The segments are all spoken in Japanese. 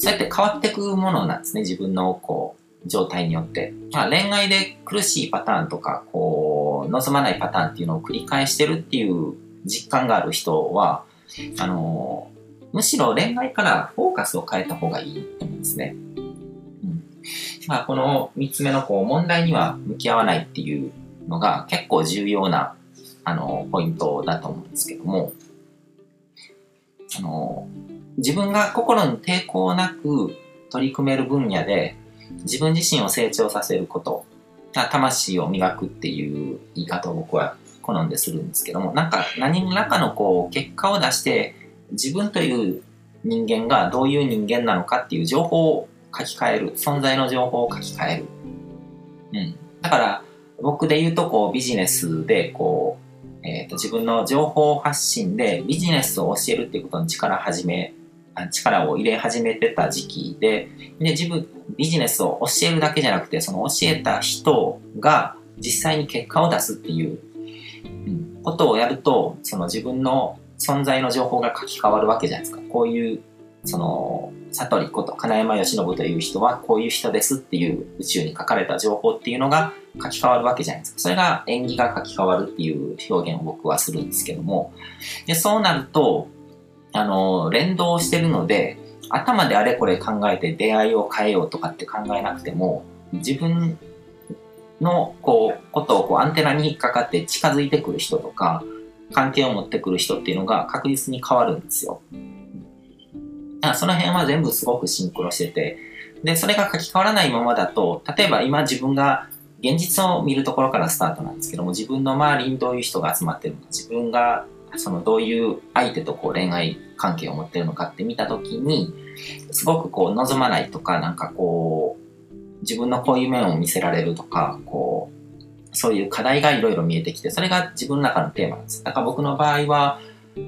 そうやって変わっていくものなんですね、自分のこう状態によって。恋愛で苦しいパターンとか、こう望まないパターンっていうのを繰り返してるっていう実感がある人は、むしろ恋愛からフォーカスを変えた方がいいと思うんですね。この3つ目のこう問題には向き合わないっていうのが結構重要なポイントだと思うんですけども、自分が心に抵抗なく取り組める分野で自分自身を成長させること、魂を磨くっていう言い方を僕は好んでするんですけども、何らかのこう結果を出して自分という人間がどういう人間なのかっていう情報を書き換える、存在の情報を書き換える。だから僕で言うとこうビジネスでこう、自分の情報発信でビジネスを教えるっていうことに力を入れ始めてた時期で、ビジネスを教えるだけじゃなくて、その教えた人が実際に結果を出すっていう、ことをやると、その自分の存在の情報が書き換わるわけじゃないですか。こういう、悟りこと金山義信という人はこういう人ですっていう宇宙に書かれた情報っていうのが書き換わるわけじゃないですか。それが縁起が書き換わるっていう表現を僕はするんですけども、でそうなると連動してるので、頭であれこれ考えて出会いを変えようとかって考えなくても、自分のことをアンテナに引っかかって近づいてくる人とか関係を持ってくる人っていうのが確実に変わるんですよ。その辺は全部すごくシンクロしてて、でそれが書き換わらないままだと、例えば今自分が現実を見るところからスタートなんですけども、自分の周りにどういう人が集まってるのか、自分がどういう相手と恋愛関係を持ってるのかって見たときに、すごく望まないとか、自分のこういう面を見せられるとか、そういう課題がいろいろ見えてきて、それが自分の中のテーマなんです。だから僕の場合は、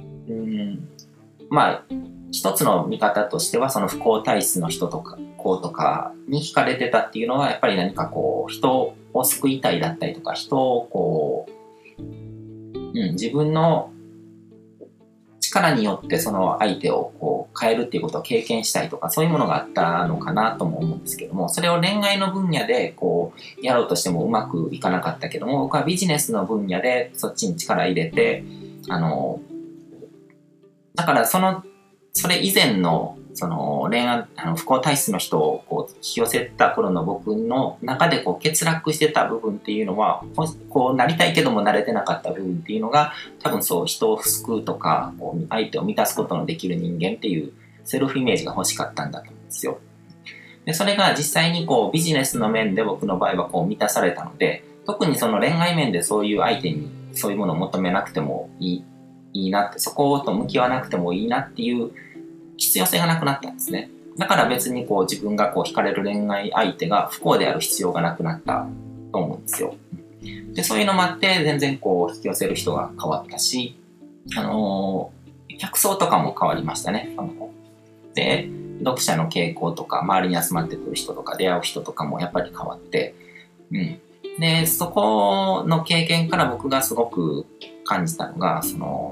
一つの見方としては、その不幸体質の人とか子とかに惹かれてたっていうのは、やっぱり何か人を救いたいだったりとか、人を自分の力によってその相手を変えるっていうことを経験したいとか、そういうものがあったのかなとも思うんですけども、それを恋愛の分野でやろうとしてもうまくいかなかったけども、僕はビジネスの分野でそっちに力入れて、だからそれ以前の恋愛不幸体質の人を引き寄せた頃の僕の中で欠落してた部分っていうのは、なりたいけどもなれてなかった部分っていうのが、多分人を救うとか相手を満たすことのできる人間っていうセルフイメージが欲しかったんだと思うんですよ。でそれが実際にビジネスの面で僕の場合は満たされたので、特にその恋愛面でそういう相手にそういうものを求めなくてもいいなって、そこと向き合わなくてもいいなっていう必要性がなくなったんですね。だから別に自分が惹かれる恋愛相手が不幸である必要がなくなったと思うんですよ。でそういうのもあって全然引き寄せる人が変わったし、客層とかも変わりましたね。で読者の傾向とか周りに集まってくる人とか出会う人とかもやっぱり変わって、でそこの経験から僕がすごく感じたのが、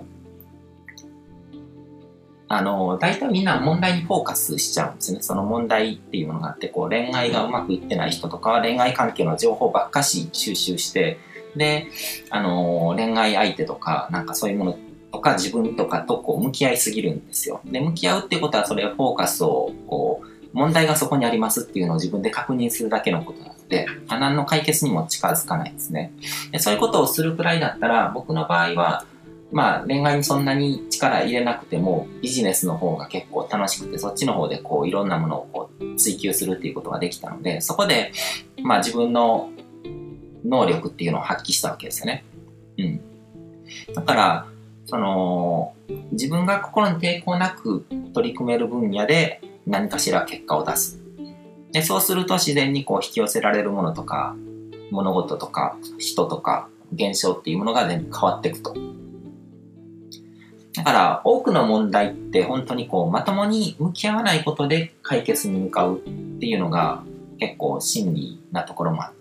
大体みんな問題にフォーカスしちゃうんですね。その問題っていうものがあって、恋愛がうまくいってない人とかは恋愛関係の情報ばっかし収集して、で、恋愛相手とか、そういうものとか自分とかと向き合いすぎるんですよ。で、向き合うっていうことは、それフォーカスを、問題がそこにありますっていうのを自分で確認するだけのことなので、何の解決にも近づかないですね。で、そういうことをするくらいだったら、僕の場合は、恋愛にそんなに力入れなくてもビジネスの方が結構楽しくて、そっちの方でいろんなものを追求するっていうことができたので、そこで自分の能力っていうのを発揮したわけですよね。だから自分が心に抵抗なく取り組める分野で何かしら結果を出す。でそうすると自然に引き寄せられるものとか物事とか人とか現象っていうものが全部変わっていくと。だから多くの問題って本当にまともに向き合わないことで解決に向かうっていうのが結構真理なところもあって、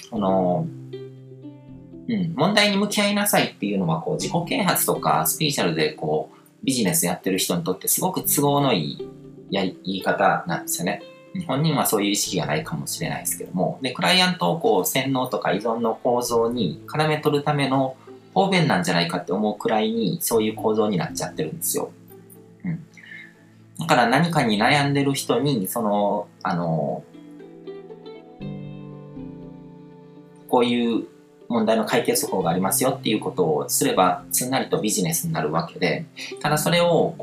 問題に向き合いなさいっていうのは自己啓発とかスピリチュアルでビジネスやってる人にとってすごく都合のいい言い方なんですよね。本人はそういう意識がないかもしれないですけども、で、クライアントをこう洗脳とか依存の構造に絡め取るための方便なんじゃないかって思うくらいにそういう構造になっちゃってるんですよ。だから何かに悩んでる人に、こういう問題の解決法がありますよっていうことをすれば、すんなりとビジネスになるわけで、ただそれを、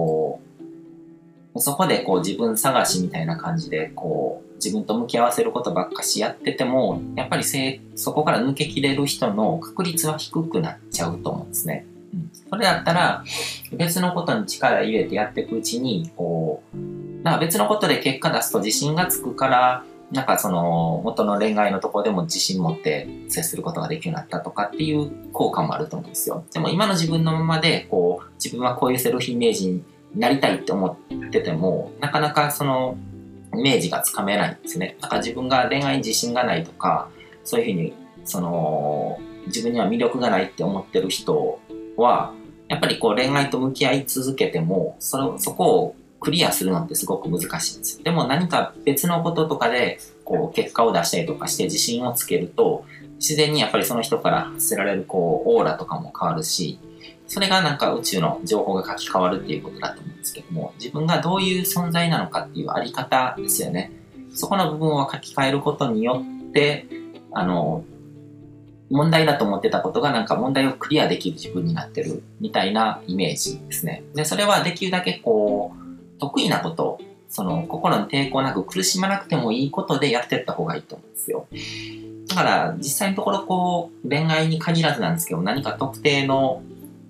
そこで自分探しみたいな感じで、自分と向き合わせることばっかしやってても、やっぱりそこから抜けきれる人の確率は低くなっちゃうと思うんですね。それだったら、別のことに力入れてやっていくうちに、別のことで結果出すと自信がつくから、元の恋愛のところでも自信持って接することができるようになったとかっていう効果もあると思うんですよ。でも今の自分のままで、自分はこういうセルフイメージになりたいって思ってても、なかなかそのイメージがつかめないんですね。だから自分が恋愛に自信がないとか、そういうふうに、自分には魅力がないって思ってる人は、やっぱり恋愛と向き合い続けても、そこをクリアするのってすごく難しいんですよ。でも何か別のこととかで、結果を出したりとかして自信をつけると、自然にやっぱりその人から発せられるオーラとかも変わるし、それが宇宙の情報が書き換わるっていうことだと思うんですけども、自分がどういう存在なのかっていうあり方ですよね。そこの部分を書き換えることによって、問題だと思ってたことが問題をクリアできる自分になってるみたいなイメージですね。で、それはできるだけ得意なこと、心に抵抗なく苦しまなくてもいいことでやっていった方がいいと思うんですよ。だから実際のところ恋愛に限らずなんですけど、何か特定の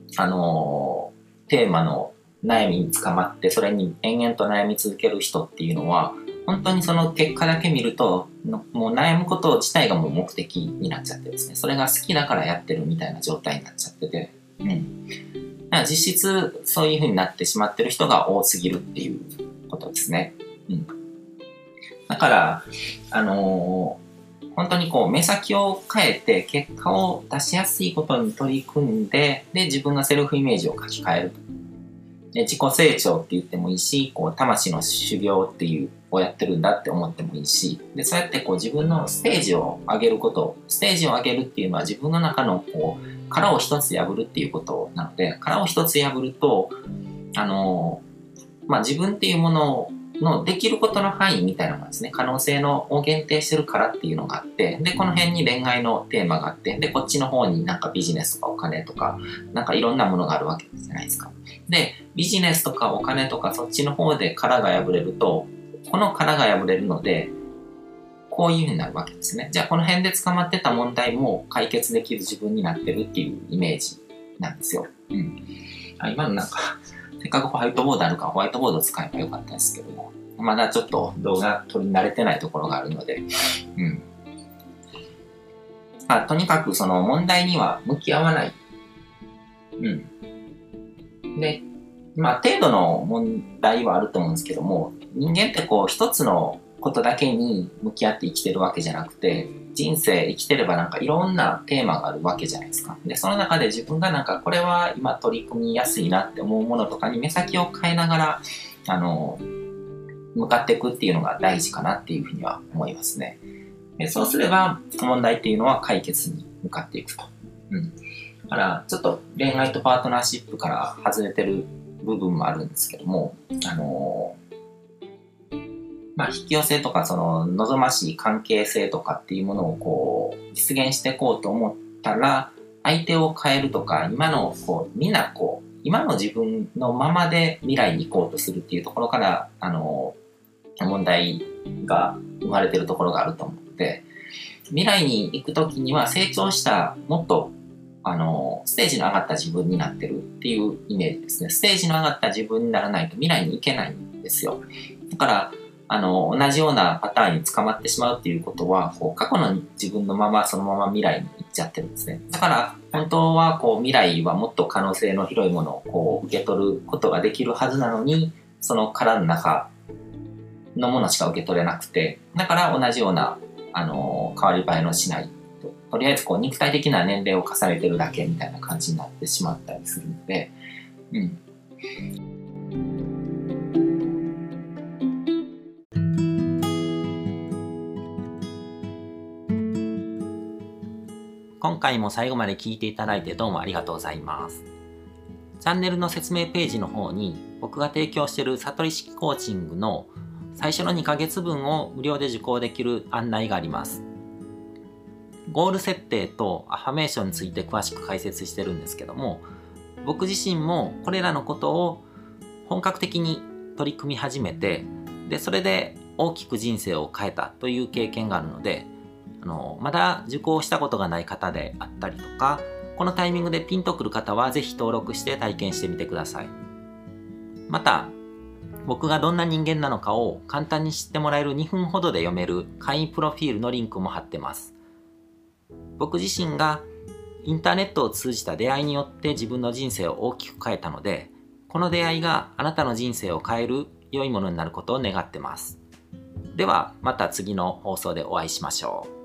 テーマの悩みにつかまってそれに延々と悩み続ける人っていうのは、本当にその結果だけ見るともう悩むこと自体がもう目的になっちゃってですね、それが好きだからやってるみたいな状態になっちゃってて、だから実質そういう風になってしまってる人が多すぎるっていうことですね。だから本当に目先を変えて結果を出しやすいことに取り組んで、で自分のセルフイメージを書き換える。で自己成長って言ってもいいし、魂の修行っていうをやってるんだって思ってもいいし、でそうやって自分のステージを上げるっていうのは自分の中の殻を一つ破るっていうことなので、殻を一つ破ると自分っていうもののできることの範囲みたいなものですね。可能性を限定してるからっていうのがあって、で、この辺に恋愛のテーマがあって、で、こっちの方にビジネスとかお金とか、いろんなものがあるわけじゃないですか。で、ビジネスとかお金とかそっちの方で殻が破れると、この殻が破れるので、こういう風になるわけですね。じゃあこの辺で捕まってた問題も解決できる自分になってるっていうイメージなんですよ。今のせっかくホワイトボードあるからホワイトボード使えばよかったですけども、まだちょっと動画撮り慣れてないところがあるので、とにかくその問題には向き合わない。で、程度の問題はあると思うんですけども、人間って一つのことだけに向き合って生きてるわけじゃなくて、人生生きてればいろんなテーマがあるわけじゃないですか。で、その中で自分がこれは今取り組みやすいなって思うものとかに目先を変えながら、向かっていくっていうのが大事かなっていうふうには思いますね。でそうすれば問題っていうのは解決に向かっていくと。だからちょっと恋愛とパートナーシップから外れてる部分もあるんですけども、引き寄せとか望ましい関係性とかっていうものを実現していこうと思ったら、相手を変えるとか、今のみんな今の自分のままで未来に行こうとするっていうところから問題が生まれてるところがあると思うので、未来に行くときには成長したもっとステージの上がった自分になってるっていうイメージですね。ステージの上がった自分にならないと未来に行けないんですよ。だから同じようなパターンに捕まってしまうっていうことは、過去の自分のままそのまま未来に行っちゃってるんですね。だから本当は未来はもっと可能性の広いものを受け取ることができるはずなのに、その殻の中のものしか受け取れなくて、だから同じような変わり映えのしない、とりあえず肉体的な年齢を重ねてるだけみたいな感じになってしまったりするので、 今回も最後まで聞いていただいてどうもありがとうございます。チャンネルの説明ページの方に僕が提供している悟り式コーチングの最初の2ヶ月分を無料で受講できる案内があります。ゴール設定とアファメーションについて詳しく解説してるんですけども、僕自身もこれらのことを本格的に取り組み始めて、それで大きく人生を変えたという経験があるので、まだ受講したことがない方であったりとか、このタイミングでピンとくる方はぜひ登録して体験してみてください。また、僕がどんな人間なのかを簡単に知ってもらえる2分ほどで読める会員プロフィールのリンクも貼ってます。僕自身がインターネットを通じた出会いによって自分の人生を大きく変えたので、この出会いがあなたの人生を変える良いものになることを願ってます。ではまた次の放送でお会いしましょう。